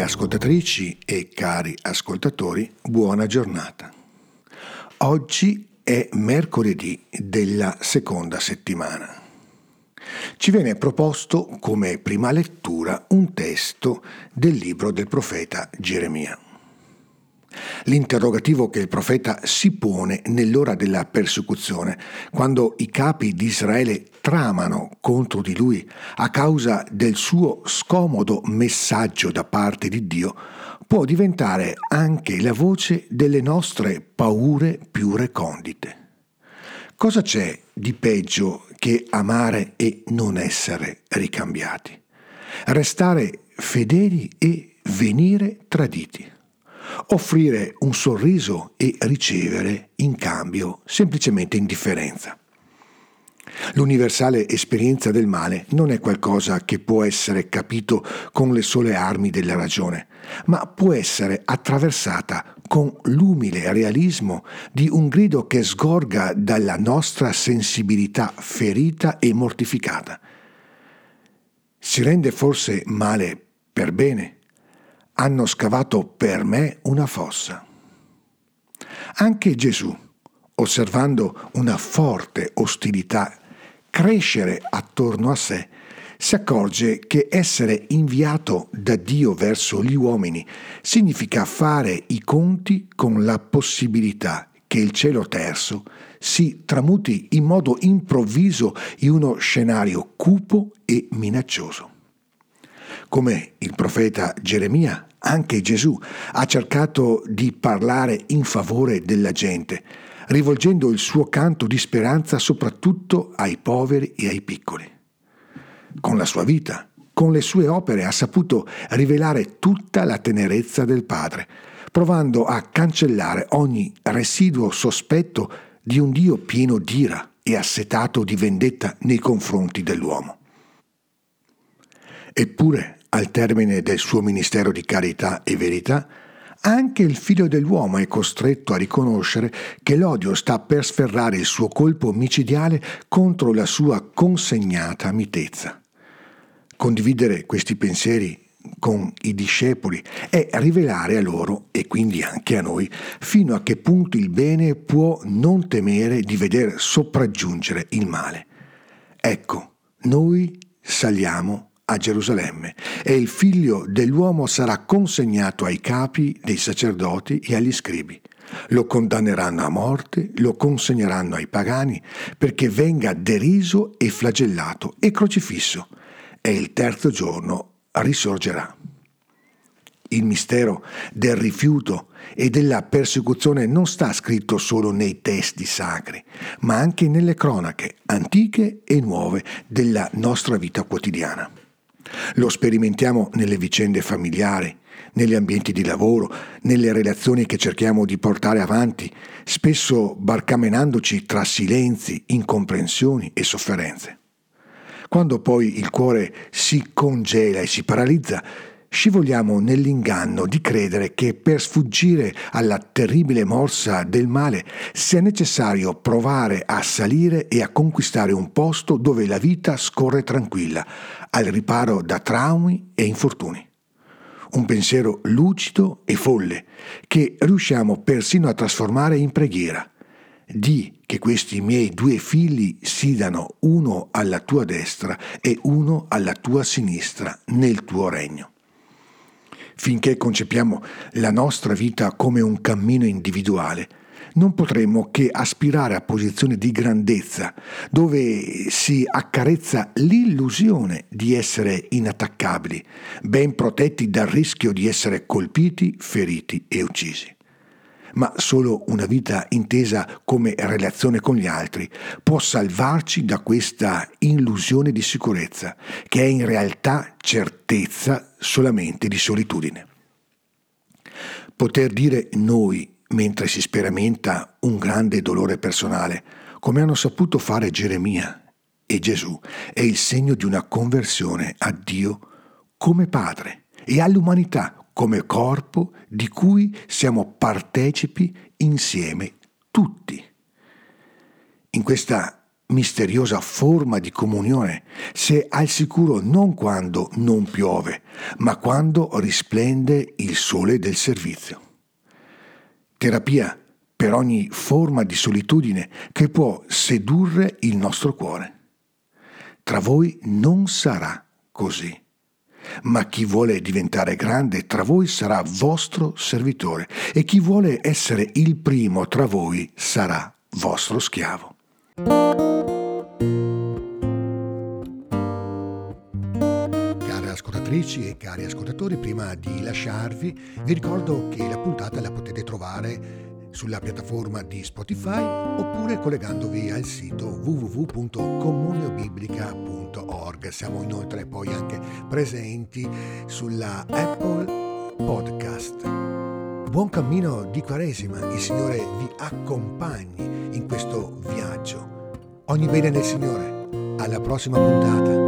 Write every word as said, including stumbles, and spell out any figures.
ascoltatrici e cari ascoltatori, buona giornata. Oggi è mercoledì della seconda settimana. Ci viene proposto come prima lettura un testo del libro del profeta Geremia. L'interrogativo che il profeta si pone nell'ora della persecuzione, quando i capi di Israele tramano contro di lui a causa del suo scomodo messaggio da parte di Dio, può diventare anche la voce delle nostre paure più recondite. Cosa c'è di peggio che amare e non essere ricambiati? Restare fedeli e venire traditi. Offrire un sorriso e ricevere in cambio semplicemente indifferenza. L'universale esperienza del male non è qualcosa che può essere capito con le sole armi della ragione, ma può essere attraversata con l'umile realismo di un grido che sgorga dalla nostra sensibilità ferita e mortificata. Si rende forse male per bene? Hanno scavato per me una fossa. Anche Gesù, osservando una forte ostilità crescere attorno a sé, si accorge che essere inviato da Dio verso gli uomini significa fare i conti con la possibilità che il cielo terzo si tramuti in modo improvviso in uno scenario cupo e minaccioso. Come il profeta Geremia, anche Gesù ha cercato di parlare in favore della gente, rivolgendo il suo canto di speranza soprattutto ai poveri e ai piccoli. Con la sua vita, con le sue opere, ha saputo rivelare tutta la tenerezza del Padre, provando a cancellare ogni residuo sospetto di un Dio pieno d'ira e assetato di vendetta nei confronti dell'uomo. Eppure, al termine del suo ministero di carità e verità, anche il figlio dell'uomo è costretto a riconoscere che l'odio sta per sferrare il suo colpo micidiale contro la sua consegnata mitezza. Condividere questi pensieri con i discepoli è rivelare a loro, e quindi anche a noi, fino a che punto il bene può non temere di veder sopraggiungere il male. Ecco, noi saliamo a Gerusalemme e il figlio dell'uomo sarà consegnato ai capi dei sacerdoti e agli scribi. Lo condanneranno a morte, lo consegneranno ai pagani perché venga deriso e flagellato e crocifisso, e il terzo giorno risorgerà. Il mistero del rifiuto e della persecuzione non sta scritto solo nei testi sacri, ma anche nelle cronache antiche e nuove della nostra vita quotidiana. Lo sperimentiamo nelle vicende familiari, negli ambienti di lavoro, nelle relazioni che cerchiamo di portare avanti, spesso barcamenandoci tra silenzi, incomprensioni e sofferenze. Quando poi il cuore si congela e si paralizza, scivoliamo nell'inganno di credere che per sfuggire alla terribile morsa del male sia necessario provare a salire e a conquistare un posto dove la vita scorre tranquilla, al riparo da traumi e infortuni. Un pensiero lucido e folle che riusciamo persino a trasformare in preghiera. Di che questi miei due figli siano uno alla tua destra e uno alla tua sinistra nel tuo regno. Finché concepiamo la nostra vita come un cammino individuale, non potremo che aspirare a posizioni di grandezza, dove si accarezza l'illusione di essere inattaccabili, ben protetti dal rischio di essere colpiti, feriti e uccisi. Ma solo una vita intesa come relazione con gli altri può salvarci da questa illusione di sicurezza, che è in realtà certezza solamente di solitudine. Poter dire noi mentre si sperimenta un grande dolore personale, come hanno saputo fare Geremia e Gesù, è il segno di una conversione a Dio come Padre e all'umanità come corpo di cui siamo partecipi insieme tutti. In questa misteriosa forma di comunione se al sicuro non quando non piove, ma quando risplende il sole del servizio. Terapia per ogni forma di solitudine che può sedurre il nostro cuore. Tra voi non sarà così, ma chi vuole diventare grande tra voi sarà vostro servitore e chi vuole essere il primo tra voi sarà vostro schiavo. Care ascoltatrici e cari ascoltatori, prima di lasciarvi vi ricordo che la puntata la potete trovare sulla piattaforma di Spotify oppure collegandovi al sito w w w punto comuniobiblica punto org. Siamo inoltre poi anche presenti sulla Apple Podcast. Buon cammino di Quaresima, il Signore vi accompagni in questo viaggio. Ogni bene nel Signore, alla prossima puntata.